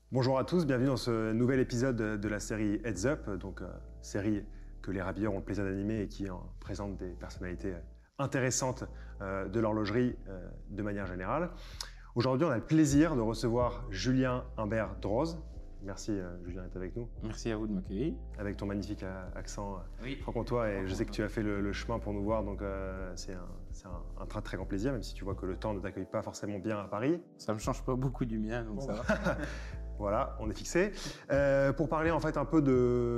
Bonjour à tous, bienvenue dans ce nouvel épisode de la série Heads Up, donc série que les Rabilleurs ont le plaisir d'animer et qui présente des personnalités intéressantes de l'horlogerie de manière générale. Aujourd'hui, on a le plaisir de recevoir Julien Humbert-Droz. Merci Julien d'être avec nous. Merci à vous de m'accueillir. Avec ton magnifique accent franc-comtois, et je sais que tu as fait le chemin pour nous voir, donc c'est un très très grand plaisir, même si tu vois que le temps ne t'accueille pas forcément bien à Paris. Ça me change pas beaucoup du mien, donc ça va. Voilà, on est fixé. Pour parler en fait un peu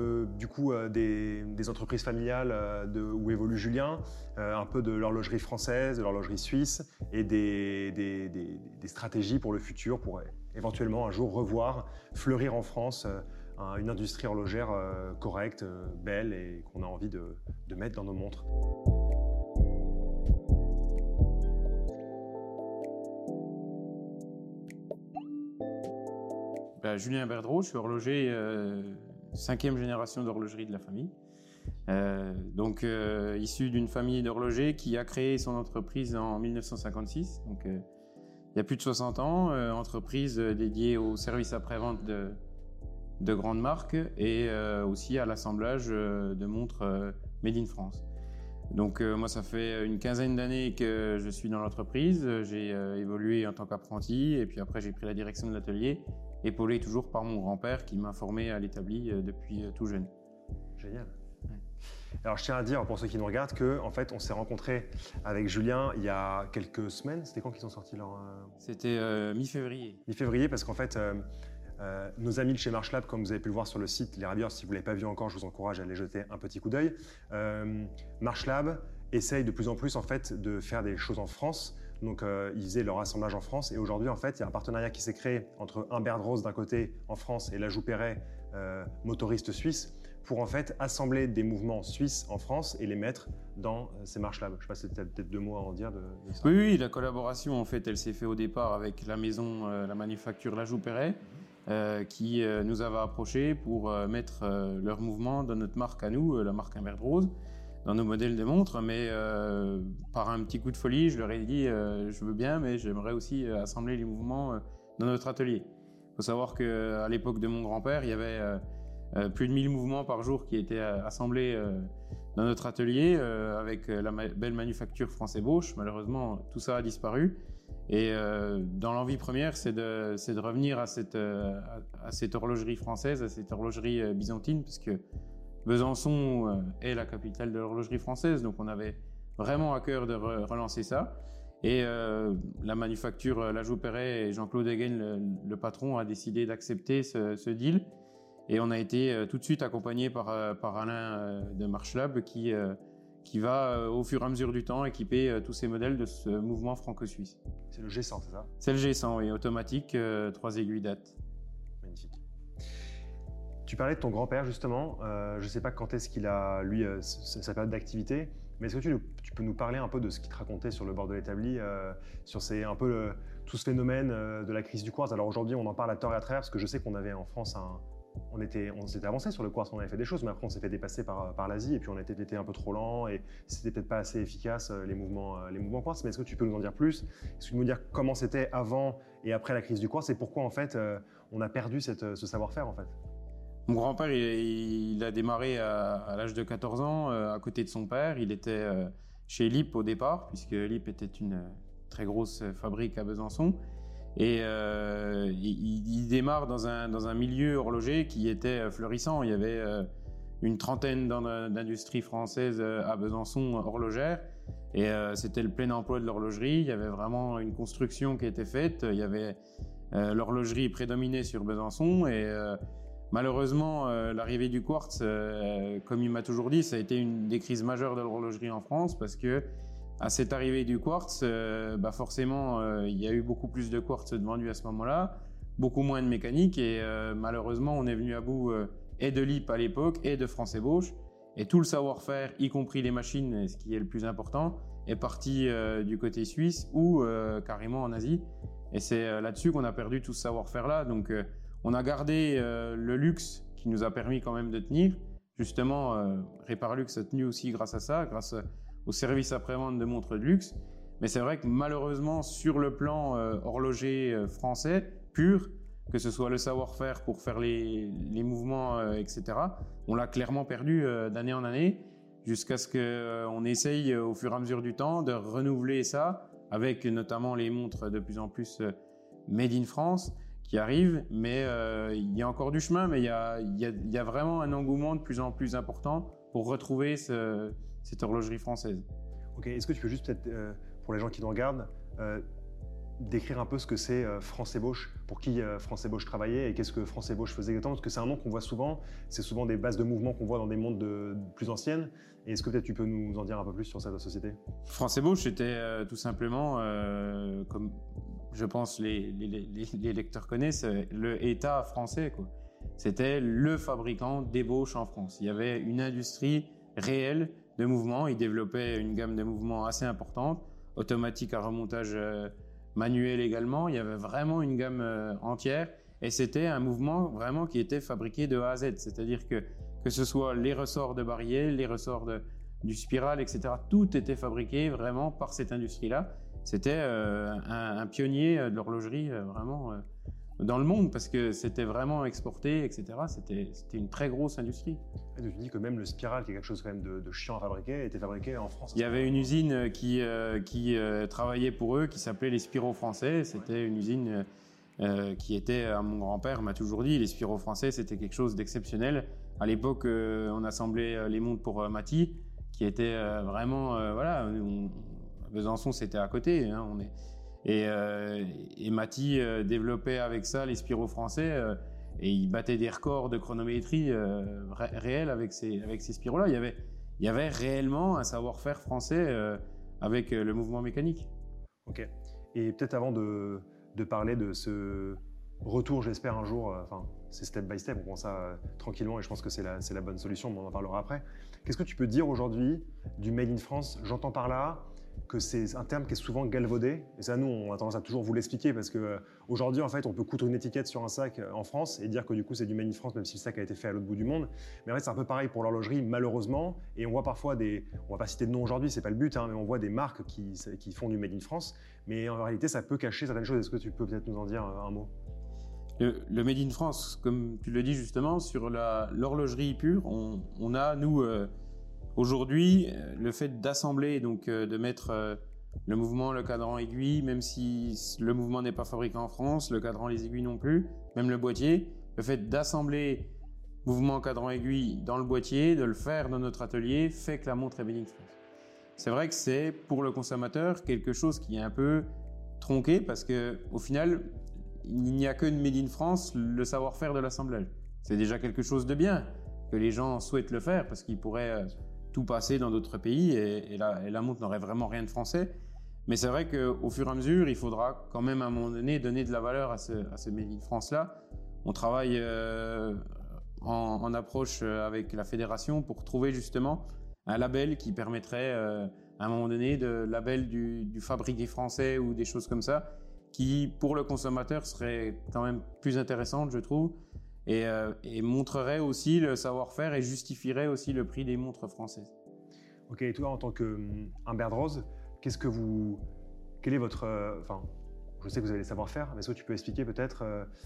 des entreprises familiales où évolue Julien, un peu de l'horlogerie française, de l'horlogerie suisse et des stratégies pour le futur, pour éventuellement un jour revoir fleurir en France une industrie horlogère correcte, belle et qu'on a envie de mettre dans nos montres. Julien Humbert-Droz, je suis horloger, 5e génération d'horlogerie de la famille. Issu d'une famille d'horlogers qui a créé son entreprise en 1956, donc il y a plus de 60 ans, entreprise dédiée au service après-vente de grandes marques et aussi à l'assemblage de montres made in France. Donc moi, ça fait une quinzaine d'années que je suis dans l'entreprise. J'ai évolué en tant qu'apprenti et puis après j'ai pris la direction de l'atelier, épaulé toujours par mon grand-père qui m'a formé à l'établi depuis tout jeune. Génial. Ouais. Alors je tiens à dire pour ceux qui nous regardent que en fait on s'est rencontrés avec Julien il y a quelques semaines. C'était quand qu'ils sont sortis leur C'était mi-février. Mi-février, parce qu'en fait nos amis de chez Marchlab, comme vous avez pu le voir sur le site, les Rabilleurs, si vous ne l'avez pas vu encore, je vous encourage à aller jeter un petit coup d'œil. Marchlab essaye de plus en plus en fait de faire des choses en France. Donc ils faisaient leur assemblage en France et aujourd'hui en fait il y a un partenariat qui s'est créé entre Humbert-Droz d'un côté en France et Lajoux Perret, motoriste suisse, pour en fait assembler des mouvements suisses en France et les mettre dans ces Marchlab. Je ne sais pas si tu as peut-être 2 mots à en dire de ça. Oui, la collaboration en fait elle s'est faite au départ avec la maison, la manufacture Lajoux Perret. Qui nous avait approchés pour mettre leurs mouvements dans notre marque à nous, la marque Humbert-Droz, dans nos modèles de montres, mais par un petit coup de folie, je leur ai dit je veux bien, mais j'aimerais aussi assembler les mouvements dans notre atelier. Il faut savoir qu'à l'époque de mon grand-père, il y avait plus de 1000 mouvements par jour qui étaient assemblés dans notre atelier avec la belle manufacture France-Ébauche. Malheureusement, tout ça a disparu. Et dans l'envie première, c'est de revenir à cette horlogerie française, à cette horlogerie byzantine, parce que Besançon est la capitale de l'horlogerie française, donc on avait vraiment à cœur de relancer ça. Et la manufacture Lajoux Perret et Jean-Claude Hagen, le patron, a décidé d'accepter ce deal. Et on a été tout de suite accompagné par Alain de Marchlab qui va au fur et à mesure du temps équiper tous ces modèles de ce mouvement franco-suisse. C'est le G100, c'est ça? C'est le G100, oui, automatique, 3 aiguilles date. Magnifique. Tu parlais de ton grand-père justement, je ne sais pas quand est-ce qu'il a, lui, sa période d'activité, mais est-ce que tu peux nous parler un peu de ce qu'il te racontait sur le bord de l'établi, sur tout ce phénomène de la crise du quartz? Alors aujourd'hui, on en parle à tort et à travers, parce que je sais qu'on avait en France on s'était avancé sur le quartz, on avait fait des choses, mais après on s'est fait dépasser par l'Asie et puis on était un peu trop lent et c'était peut-être pas assez efficace les mouvements quartz. Mais est-ce que tu peux nous en dire plus? Est-ce que tu peux nous dire comment c'était avant et après la crise du quartz et pourquoi en fait on a perdu ce savoir-faire en fait? Mon grand-père, il a démarré à l'âge de 14 ans à côté de son père. Il était chez LIP au départ, puisque LIP était une très grosse fabrique à Besançon. Et il démarre dans un milieu horloger qui était florissant. Il y avait une trentaine d'industries françaises à Besançon horlogères. Et c'était le plein emploi de l'horlogerie. Il y avait vraiment une construction qui était faite. Il y avait l'horlogerie prédominée sur Besançon. Et malheureusement, l'arrivée du quartz, comme il m'a toujours dit, ça a été une des crises majeures de l'horlogerie en France parce que à cette arrivée du quartz, forcément, il y a eu beaucoup plus de quartz vendu à ce moment-là, beaucoup moins de mécanique et malheureusement, on est venu à bout et de LIP à l'époque et de France-Ébauche et tout le savoir-faire, y compris les machines, ce qui est le plus important, est parti du côté suisse ou carrément en Asie. Et c'est là-dessus qu'on a perdu tout ce savoir-faire-là. Donc, on a gardé le luxe qui nous a permis quand même de tenir. Justement, Réparlux a tenu aussi grâce à ça, grâce au service après-vente de montres de luxe. Mais c'est vrai que malheureusement, sur le plan horloger français pur, que ce soit le savoir-faire pour faire les mouvements, etc. On l'a clairement perdu d'année en année, jusqu'à ce qu'on essaye au fur et à mesure du temps de renouveler ça, avec notamment les montres de plus en plus Made in France qui arrivent. Mais il y a encore du chemin, mais il y a vraiment un engouement de plus en plus important pour retrouver cette horlogerie française. Ok, est-ce que tu peux juste peut-être, pour les gens qui nous regardent, décrire un peu ce que c'est France Ébauche, pour qui France Ébauche travaillait et qu'est-ce que France Ébauche faisait exactement? Parce que c'est un nom qu'on voit souvent, c'est souvent des bases de mouvement qu'on voit dans des montres plus anciennes. Et est-ce que peut-être tu peux nous en dire un peu plus sur cette société? France Ébauche, c'était tout simplement, comme je pense les lecteurs connaissent, le État français, quoi. C'était le fabricant d'ébauche en France. Il y avait une industrie réelle de mouvements. Il développait une gamme de mouvements assez importante, automatique à remontage manuel également. Il y avait vraiment une gamme entière et c'était un mouvement vraiment qui était fabriqué de A à Z. C'est-à-dire que ce soit les ressorts de barillet, les ressorts du spiral, etc., tout était fabriqué vraiment par cette industrie-là. C'était un pionnier de l'horlogerie vraiment dans le monde parce que c'était vraiment exporté, etc. C'était une très grosse industrie. Et tu dis que même le spiral, qui est quelque chose quand même de chiant à fabriquer, était fabriqué en France. Il y avait une usine qui travaillait pour eux, qui s'appelait les Spiraux Français. C'était une usine qui était, à mon grand-père m'a toujours dit, les Spiraux Français, c'était quelque chose d'exceptionnel. À l'époque, on assemblait les montres pour Mati, qui était vraiment, voilà, Besançon, c'était à côté. Hein, et Mati développait avec ça les Spiraux Français et il battait des records de chronométrie réels avec ces Spiraux-là. Il y avait réellement un savoir-faire français avec le mouvement mécanique. Ok. Et peut-être avant de parler de ce retour, j'espère un jour, c'est step by step, on prend ça tranquillement et je pense que c'est la bonne solution, mais on en parlera après. Qu'est-ce que tu peux dire aujourd'hui du Made in France? J'entends par là que c'est un terme qui est souvent galvaudé. Et ça, nous, on a tendance à toujours vous l'expliquer parce qu'aujourd'hui, en fait, on peut coudre une étiquette sur un sac en France et dire que du coup, c'est du Made in France, même si le sac a été fait à l'autre bout du monde. Mais en fait, c'est un peu pareil pour l'horlogerie, malheureusement. Et on voit parfois on va pas citer de nom aujourd'hui, c'est pas le but, hein, mais on voit des marques qui font du Made in France. Mais en réalité, ça peut cacher certaines choses. Est-ce que tu peux peut-être nous en dire un mot? Le Made in France, comme tu le dis justement, sur l'horlogerie pure, on a, nous, aujourd'hui, le fait d'assembler, donc de mettre le mouvement, le cadran aiguille, même si le mouvement n'est pas fabriqué en France, le cadran, les aiguilles non plus, même le boîtier, le fait d'assembler mouvement, cadran, aiguille dans le boîtier, de le faire dans notre atelier, fait que la montre est Made in France. C'est vrai que c'est pour le consommateur quelque chose qui est un peu tronqué parce que au final, il n'y a que de Made in France le savoir-faire de l'assemblage. C'est déjà quelque chose de bien que les gens souhaitent le faire parce qu'ils pourraient tout passer dans d'autres pays et la montre n'aurait vraiment rien de français. Mais c'est vrai qu'au fur et à mesure, il faudra quand même à un moment donné donner de la valeur à ce Made in France-là. On travaille en approche avec la fédération pour trouver justement un label qui permettrait à un moment donné de label du fabriqué français ou des choses comme ça qui pour le consommateur serait quand même plus intéressante je trouve et montrerait aussi le savoir-faire et justifierait aussi le prix des montres françaises. Ok, et toi en tant qu'Humbert Rose, quel est votre, je sais que vous avez les savoir-faire, mais est-ce que tu peux expliquer peut-être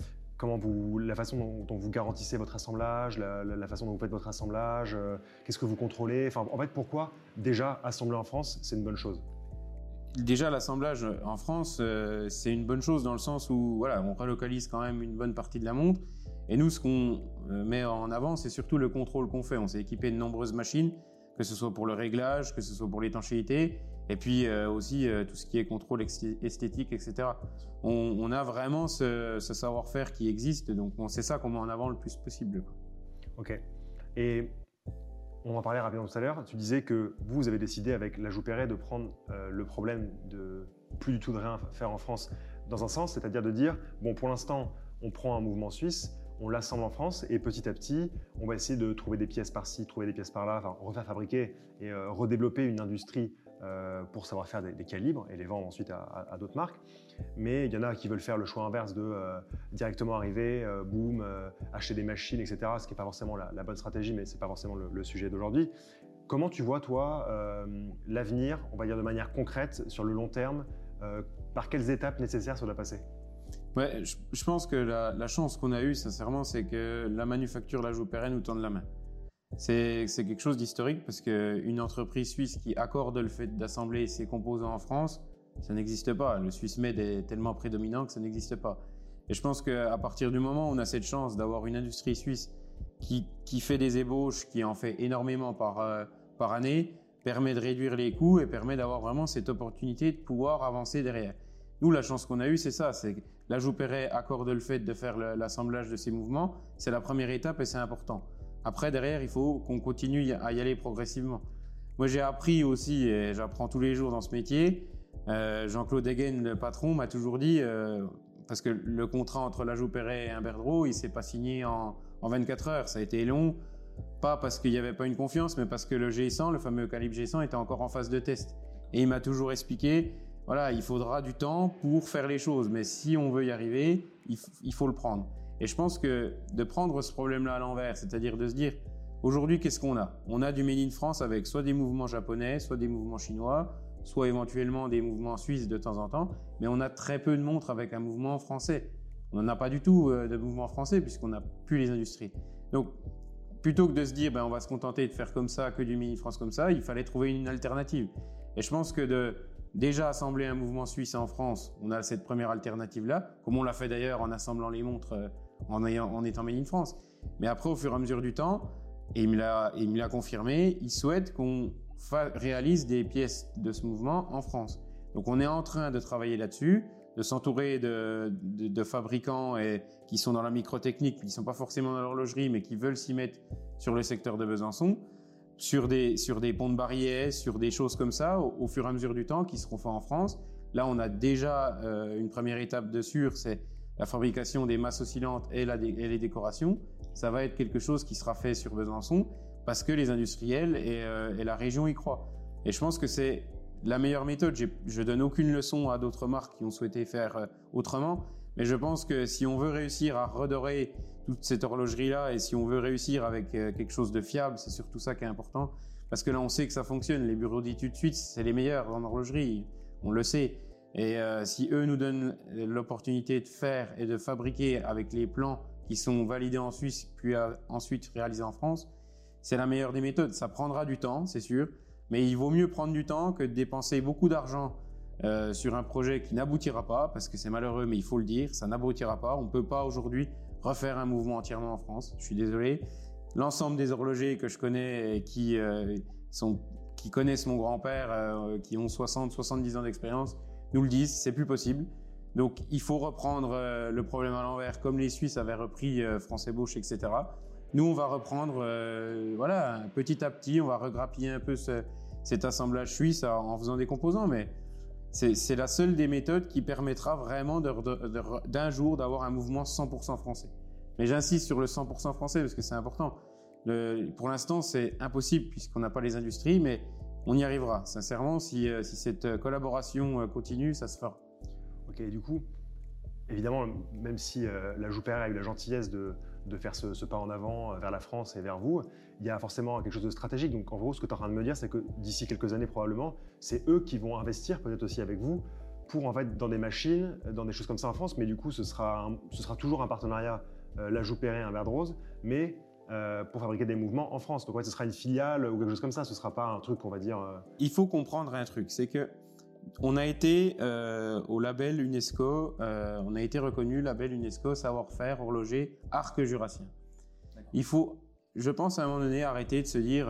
la façon dont vous garantissez votre assemblage, la façon dont vous faites votre assemblage, qu'est-ce que vous contrôlez, en fait pourquoi déjà assembler en France c'est une bonne chose? Déjà, l'assemblage en France, c'est une bonne chose dans le sens où voilà, on relocalise quand même une bonne partie de la montre. Et nous, ce qu'on met en avant, c'est surtout le contrôle qu'on fait. On s'est équipé de nombreuses machines, que ce soit pour le réglage, que ce soit pour l'étanchéité, et puis aussi tout ce qui est contrôle esthétique, etc. On a vraiment ce savoir-faire qui existe, donc c'est ça qu'on met en avant le plus possible. Ok. Et on en parlait rapidement tout à l'heure, tu disais que vous avez décidé avec la Joux-Perret de prendre le problème de plus du tout de rien faire en France dans un sens, c'est-à-dire de dire, bon pour l'instant on prend un mouvement suisse, on l'assemble en France et petit à petit on va essayer de trouver des pièces par-ci, trouver des pièces par-là, refaire fabriquer et redévelopper une industrie pour savoir faire des calibres et les vendre ensuite à d'autres marques. Mais il y en a qui veulent faire le choix inverse de directement arriver, boum, acheter des machines, etc. Ce qui n'est pas forcément la bonne stratégie, mais ce n'est pas forcément le sujet d'aujourd'hui. Comment tu vois, toi, l'avenir, on va dire de manière concrète, sur le long terme, par quelles étapes nécessaires ça doit passer? Ouais, je pense que la chance qu'on a eue, sincèrement, c'est que la manufacture La Joux-Perret nous tende la main. C'est quelque chose d'historique parce qu'une entreprise suisse qui accorde le fait d'assembler ses composants en France, ça n'existe pas. Le Swiss Made est tellement prédominant que ça n'existe pas. Et je pense qu'à partir du moment où on a cette chance d'avoir une industrie suisse qui fait des ébauches, qui en fait énormément par année, permet de réduire les coûts et permet d'avoir vraiment cette opportunité de pouvoir avancer derrière. Nous, la chance qu'on a eue, c'est ça, c'est que La Joux-Perret accorde le fait de faire l'assemblage de ces mouvements. C'est la première étape et c'est important. Après, derrière, il faut qu'on continue à y aller progressivement. Moi, j'ai appris aussi, et j'apprends tous les jours dans ce métier, Jean-Claude Eggen, le patron, m'a toujours dit, parce que le contrat entre La Joux-Perret et Imberdro, il ne s'est pas signé en 24 heures. Ça a été long, pas parce qu'il n'y avait pas une confiance, mais parce que le G100, le fameux calibre G100, était encore en phase de test. Et il m'a toujours expliqué, voilà, il faudra du temps pour faire les choses, mais si on veut y arriver, il faut le prendre. Et je pense que de prendre ce problème-là à l'envers, c'est-à-dire de se dire, aujourd'hui, qu'est-ce qu'on a? On a du Made in France avec soit des mouvements japonais, soit des mouvements chinois, soit éventuellement des mouvements suisses de temps en temps, mais on a très peu de montres avec un mouvement français. On n'en a pas du tout de mouvement français puisqu'on n'a plus les industries. Donc, plutôt que de se dire, on va se contenter de faire comme ça, que du Made in France comme ça, il fallait trouver une alternative. Et je pense que de déjà assembler un mouvement suisse en France, on a cette première alternative-là, comme on l'a fait d'ailleurs en assemblant les montres en étant Made in France. Mais après, au fur et à mesure du temps, et il me l'a confirmé, il souhaite qu'on réalise des pièces de ce mouvement en France. Donc on est en train de travailler là-dessus, de s'entourer de fabricants qui sont dans la microtechnique, qui ne sont pas forcément dans l'horlogerie, mais qui veulent s'y mettre sur le secteur de Besançon, sur des ponts de Barillet, sur des choses comme ça, au fur et à mesure du temps, qui seront faits en France. Là, on a déjà une première étape dessus, c'est la fabrication des masses oscillantes et les décorations. Ça va être quelque chose qui sera fait sur Besançon parce que les industriels et la région y croient. Et je pense que c'est la meilleure méthode. Je donne aucune leçon à d'autres marques qui ont souhaité faire autrement, mais je pense que si on veut réussir à redorer toute cette horlogerie-là et si on veut réussir avec quelque chose de fiable, c'est surtout ça qui est important. Parce que là, on sait que ça fonctionne. Les bureaux d'études suisses, c'est les meilleurs en horlogerie. On le sait. Et si eux nous donnent l'opportunité de faire et de fabriquer avec les plans qui sont validés en Suisse, puis ensuite réalisés en France, c'est la meilleure des méthodes. Ça prendra du temps, c'est sûr, mais il vaut mieux prendre du temps que de dépenser beaucoup d'argent sur un projet qui n'aboutira pas, parce que c'est malheureux, mais il faut le dire, ça n'aboutira pas. On ne peut pas aujourd'hui refaire un mouvement entièrement en France. Je suis désolé. L'ensemble des horlogers que je connais et qui connaissent mon grand-père, qui ont 60-70 ans d'expérience, nous le disent, c'est plus possible. Donc, il faut reprendre le problème à l'envers, comme les Suisses avaient repris France Ébauche, etc. Nous, on va reprendre, petit à petit, on va regrappiller un peu cet assemblage suisse en faisant des composants, mais c'est la seule des méthodes qui permettra vraiment d'un jour d'avoir un mouvement 100% français. Mais j'insiste sur le 100% français parce que c'est important. Pour l'instant, c'est impossible puisqu'on n'a pas les industries, mais on y arrivera. Sincèrement, si cette collaboration continue, ça se fera. Ok, du coup, évidemment, même si La Joux-Perret a eu la gentillesse de faire ce pas en avant vers la France et vers vous, il y a forcément quelque chose de stratégique. Donc en gros, ce que tu es en train de me dire, c'est que d'ici quelques années probablement, c'est eux qui vont investir, peut-être aussi avec vous, pour en fait dans des machines, dans des choses comme ça en France, mais du coup ce sera toujours un partenariat La Joux-Perret, Imberdrose, mais pour fabriquer des mouvements en France. Donc ouais, ce sera une filiale ou quelque chose comme ça, ce ne sera pas un truc qu'on va dire... Il faut comprendre un truc, c'est que on a été au label UNESCO, on a été reconnu label UNESCO savoir-faire horloger arc jurassien. Il faut, je pense à un moment donné, arrêter de se dire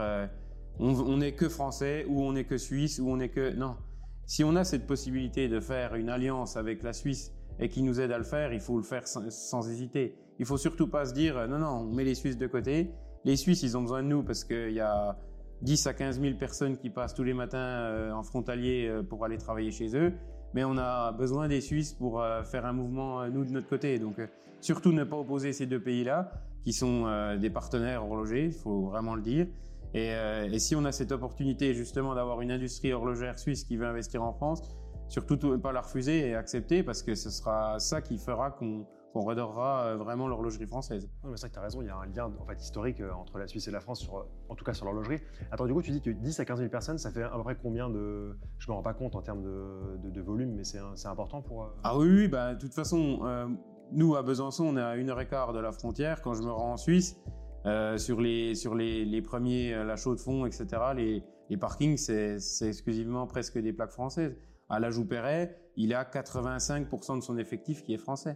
on n'est que français ou on n'est que suisse ou on n'est que... Non, si on a cette possibilité de faire une alliance avec la Suisse et qui nous aide à le faire, il faut le faire sans hésiter. Il faut surtout pas se dire non, on met les Suisses de côté. Les Suisses, ils ont besoin de nous parce qu'il y a 10 à 15 000 personnes qui passent tous les matins en frontalier pour aller travailler chez eux. Mais on a besoin des Suisses pour faire un mouvement, nous, de notre côté. Donc, surtout ne pas opposer ces deux pays-là, qui sont des partenaires horlogers, il faut vraiment le dire. Et si on a cette opportunité, justement, d'avoir une industrie horlogère suisse qui veut investir en France, surtout ne pas la refuser et accepter, parce que ce sera ça qui fera qu'on qu'on redorera vraiment l'horlogerie française. Non, mais c'est vrai que tu as raison, il y a un lien en fait, historique entre la Suisse et la France, en tout cas sur l'horlogerie. Attends, du coup, tu dis que 10 à 15 000 personnes, ça fait à peu près combien de... Je ne me rends pas compte en termes de volume, mais c'est important pour... Ah oui, de toute façon, nous, à Besançon, on est à 1h15 de la frontière. Quand je me rends en Suisse, sur les premiers, la chaux de fond, etc., les parkings, c'est exclusivement presque des plaques françaises. À la Joux-Perret, il a 85% de son effectif qui est français.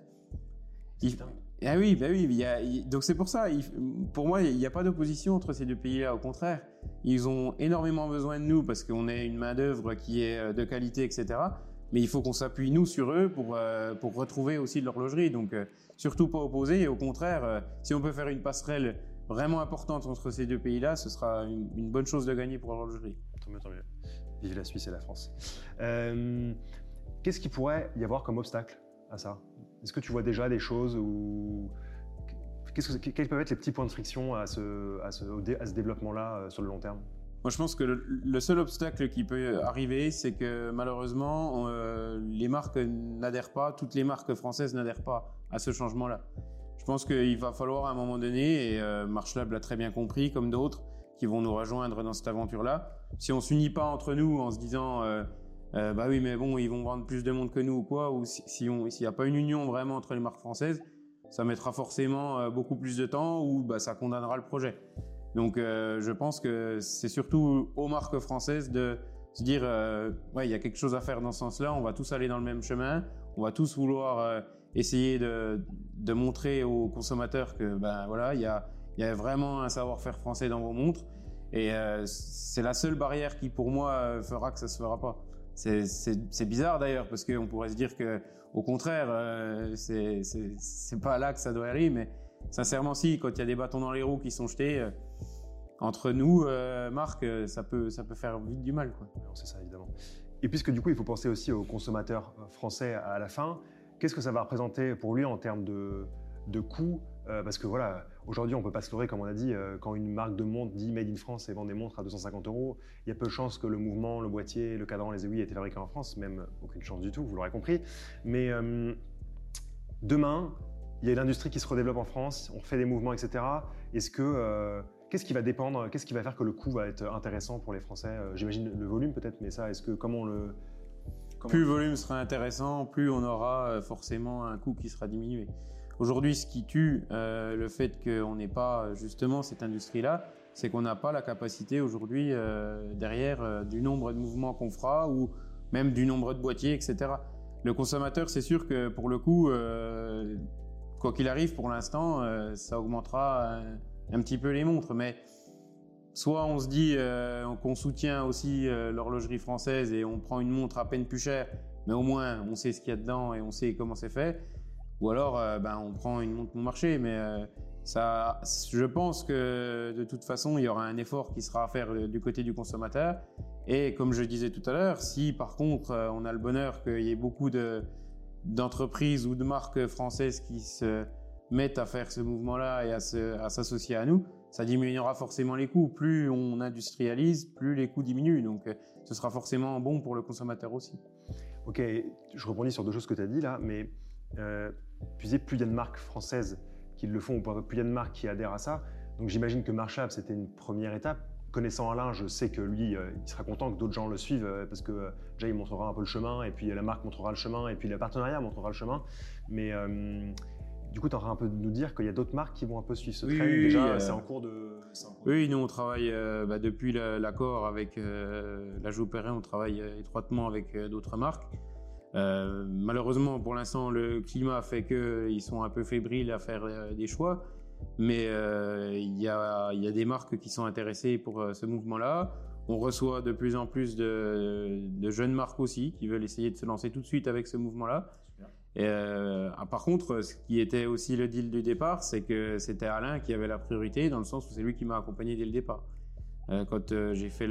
Ah oui, donc c'est pour ça. Pour moi, il n'y a pas d'opposition entre ces deux pays-là. Au contraire, ils ont énormément besoin de nous parce qu'on est une main-d'œuvre qui est de qualité, etc. Mais il faut qu'on s'appuie nous sur eux pour retrouver aussi de l'horlogerie. Donc surtout pas opposé. Et au contraire, si on peut faire une passerelle vraiment importante entre ces deux pays-là, ce sera une bonne chose de gagner pour l'horlogerie. Tant mieux, tant mieux. Vive la Suisse et la France. Qu'est-ce qu'il pourrait y avoir comme obstacle à ça? Est-ce que tu vois déjà des choses ou quels peuvent être les petits points de friction à ce développement-là sur le long terme? Moi, je pense que le seul obstacle qui peut arriver, c'est que malheureusement, les marques n'adhèrent pas, toutes les marques françaises n'adhèrent pas à ce changement-là. Je pense qu'il va falloir à un moment donné, et Marchlab l'a très bien compris, comme d'autres, qui vont nous rejoindre dans cette aventure-là. Si on s'unit pas entre nous en se disant oui, mais bon, ils vont vendre plus de monde que nous ou quoi, ou s'il n'y a pas une union vraiment entre les marques françaises, ça mettra forcément beaucoup plus de temps ou ça condamnera le projet. Donc je pense que c'est surtout aux marques françaises de se dire il y a quelque chose à faire dans ce sens-là, on va tous aller dans le même chemin, on va tous vouloir essayer de montrer aux consommateurs que il y a vraiment un savoir-faire français dans vos montres. Et c'est la seule barrière qui, pour moi, fera que ça se fera pas. C'est bizarre d'ailleurs, parce qu'on pourrait se dire que, au contraire, c'est pas là que ça doit aller, mais sincèrement, si, quand il y a des bâtons dans les roues qui sont jetés, entre nous, marques, ça peut faire vite du mal, quoi. C'est ça, évidemment. Et puisque du coup, il faut penser aussi aux consommateurs français à la fin, qu'est-ce que ça va représenter pour lui en termes de coûts? Parce que voilà, aujourd'hui, on ne peut pas se leurrer, comme on a dit, quand une marque de montre dit Made in France et vend des montres à 250 €, il y a peu de chances que le mouvement, le boîtier, le cadran, les aiguilles aient été fabriqués en France, même aucune chance du tout, vous l'aurez compris. Mais demain, il y a l'industrie qui se redéveloppe en France, on fait des mouvements, etc. Est-ce que qu'est-ce qui va dépendre, qu'est-ce qui va faire que le coût va être intéressant pour les Français? J'imagine le volume peut-être, mais ça, est-ce que plus le volume sera intéressant, plus on aura forcément un coût qui sera diminué. Aujourd'hui, ce qui tue le fait qu'on n'ait pas justement cette industrie-là, c'est qu'on n'a pas la capacité aujourd'hui derrière du nombre de mouvements qu'on fera ou même du nombre de boîtiers, etc. Le consommateur, c'est sûr que pour le coup, quoi qu'il arrive, pour l'instant, ça augmentera un petit peu les montres. Mais soit on se dit qu'on soutient aussi l'horlogerie française et on prend une montre à peine plus chère, mais au moins on sait ce qu'il y a dedans et on sait comment c'est fait. Ou alors, on prend une montre bon marché, mais je pense que de toute façon, il y aura un effort qui sera à faire du côté du consommateur. Et comme je disais tout à l'heure, si par contre, on a le bonheur qu'il y ait beaucoup d'entreprises ou de marques françaises qui se mettent à faire ce mouvement-là et à s'associer à nous, ça diminuera forcément les coûts. Plus on industrialise, plus les coûts diminuent. Donc, ce sera forcément bon pour le consommateur aussi. Ok, je rebondis sur deux choses que tu as dit là, mais plus il y a de marques françaises qui le font, ou plus il y a de marques qui adhèrent à ça. Donc j'imagine que Marchlab, c'était une première étape. Connaissant Alain, je sais que lui, il sera content que d'autres gens le suivent parce que déjà, il montrera un peu le chemin, et puis la marque montrera le chemin, et puis le partenariat montrera le chemin. Mais du coup, tu auras un peu de nous dire qu'il y a d'autres marques qui vont un peu suivre ce train. Déjà, c'est en cours de... Oui, nous, on travaille depuis l'accord avec la Joux-Perret, on travaille étroitement avec d'autres marques. Malheureusement, pour l'instant, le climat fait qu'ils sont un peu fébriles à faire des choix, mais il y a des marques qui sont intéressées pour ce mouvement-là. On reçoit de plus en plus de jeunes marques aussi qui veulent essayer de se lancer tout de suite avec ce mouvement-là. Et, par contre, ce qui était aussi le deal du départ, c'est que c'était Alain qui avait la priorité, dans le sens où c'est lui qui m'a accompagné dès le départ. Quand j'ai fait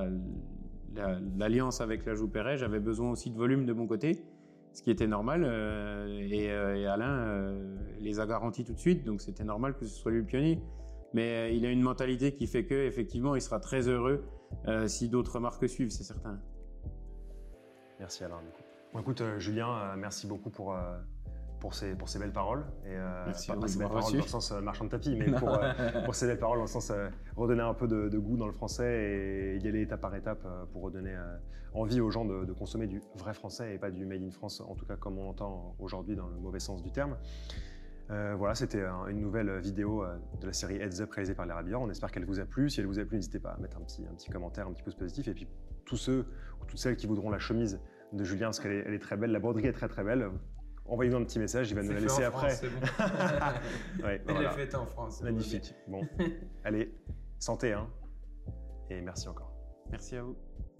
l'alliance avec la Joux-Perret, j'avais besoin aussi de volume de mon côté, ce qui était normal, et Alain les a garantis tout de suite, donc c'était normal que ce soit lui le pionnier. Mais il a une mentalité qui fait qu'effectivement, il sera très heureux si d'autres marques suivent, c'est certain. Merci Alain. Bon, écoute, Julien, merci beaucoup pour pour ces belles paroles. Et, Merci pas à vous ces de belles m'avoir paroles reçu. dans le sens marchand de tapis, mais pour ces belles paroles dans le sens redonner un peu de goût dans le français et y aller étape par étape pour redonner envie aux gens de consommer du vrai français et pas du made in France, en tout cas comme on l'entend aujourd'hui dans le mauvais sens du terme. Voilà, c'était une nouvelle vidéo de la série Heads Up réalisée par Les Rabilleurs. On espère qu'elle vous a plu. Si elle vous a plu, n'hésitez pas à mettre un petit commentaire, un petit pouce positif. Et puis tous ceux ou toutes celles qui voudront la chemise de Julien, parce qu'elle est très belle, la broderie est très très belle, envoyez-nous un petit message, il va nous la laisser après. C'est bon. Ouais, Elle voilà. est faite en France. Magnifique. Bon, allez, santé, hein. Et merci encore. Merci à vous.